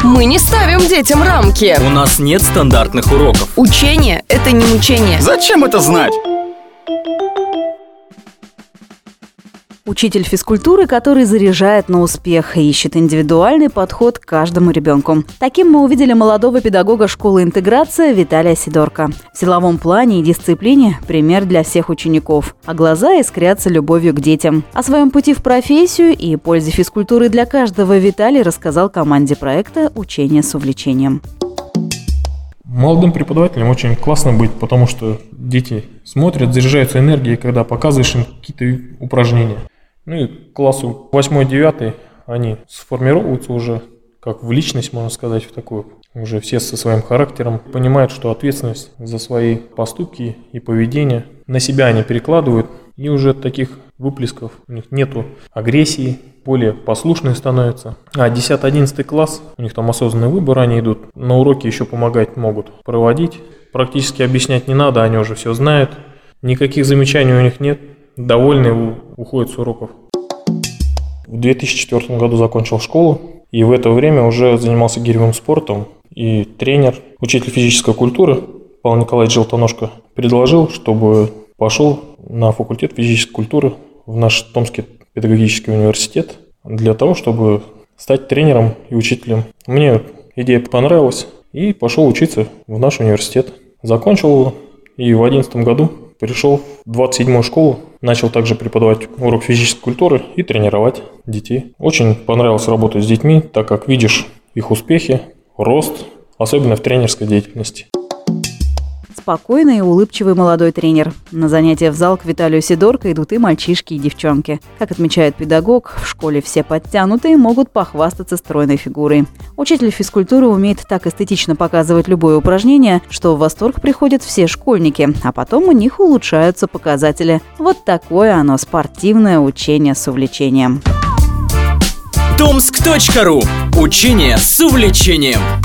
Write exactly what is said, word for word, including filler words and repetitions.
Мы не ставим детям рамки. У нас нет стандартных уроков. Учение – это не мучение. Зачем это знать? Учитель физкультуры, который заряжает на успех и ищет индивидуальный подход к каждому ребенку. Таким мы увидели молодого педагога школы «Интеграция» Виталия Сидорко. В силовом плане и дисциплине пример для всех учеников. А глаза искрятся любовью к детям. О своем пути в профессию и пользе физкультуры для каждого Виталий рассказал команде проекта «Учение с увлечением». Молодым преподавателям очень классно быть, потому что дети смотрят, заряжаются энергией, когда показываешь им какие-то упражнения. Ну и к классу восьмой-девятый они сформируются уже как в личность, можно сказать, в такую. Уже все со своим характером понимают, что ответственность за свои поступки и поведение на себя они перекладывают. И уже таких выплесков у них нету агрессии, более послушные становятся. А десятый-одиннадцатый класс, у них там осознанный выбор, они идут, на уроки еще помогать могут проводить. Практически объяснять не надо, они уже все знают. Никаких замечаний у них нет, довольны, уходят с уроков. В две тысячи четвёртом году закончил школу, и в это время уже занимался гиревым спортом. И тренер, учитель физической культуры Павел Николаевич Желтоножко предложил, чтобы пошел на факультет физической культуры в наш Томский педагогический университет для того, чтобы стать тренером и учителем. Мне идея понравилась и пошел учиться в наш университет. Закончил его и в две тысячи одиннадцатом году перешел в двадцать седьмую школу, начал также преподавать урок физической культуры и тренировать детей. Очень понравилось работать с детьми, так как видишь их успехи, рост, особенно в тренерской деятельности. Спокойный и улыбчивый молодой тренер. На занятия в зал к Виталию Сидорко идут и мальчишки, и девчонки. Как отмечает педагог, в школе все подтянутые могут похвастаться стройной фигурой. Учитель физкультуры умеет так эстетично показывать любое упражнение, что в восторг приходят все школьники, а потом у них улучшаются показатели. Вот такое оно спортивное учение с увлечением. Томск точка ру. Учение с увлечением.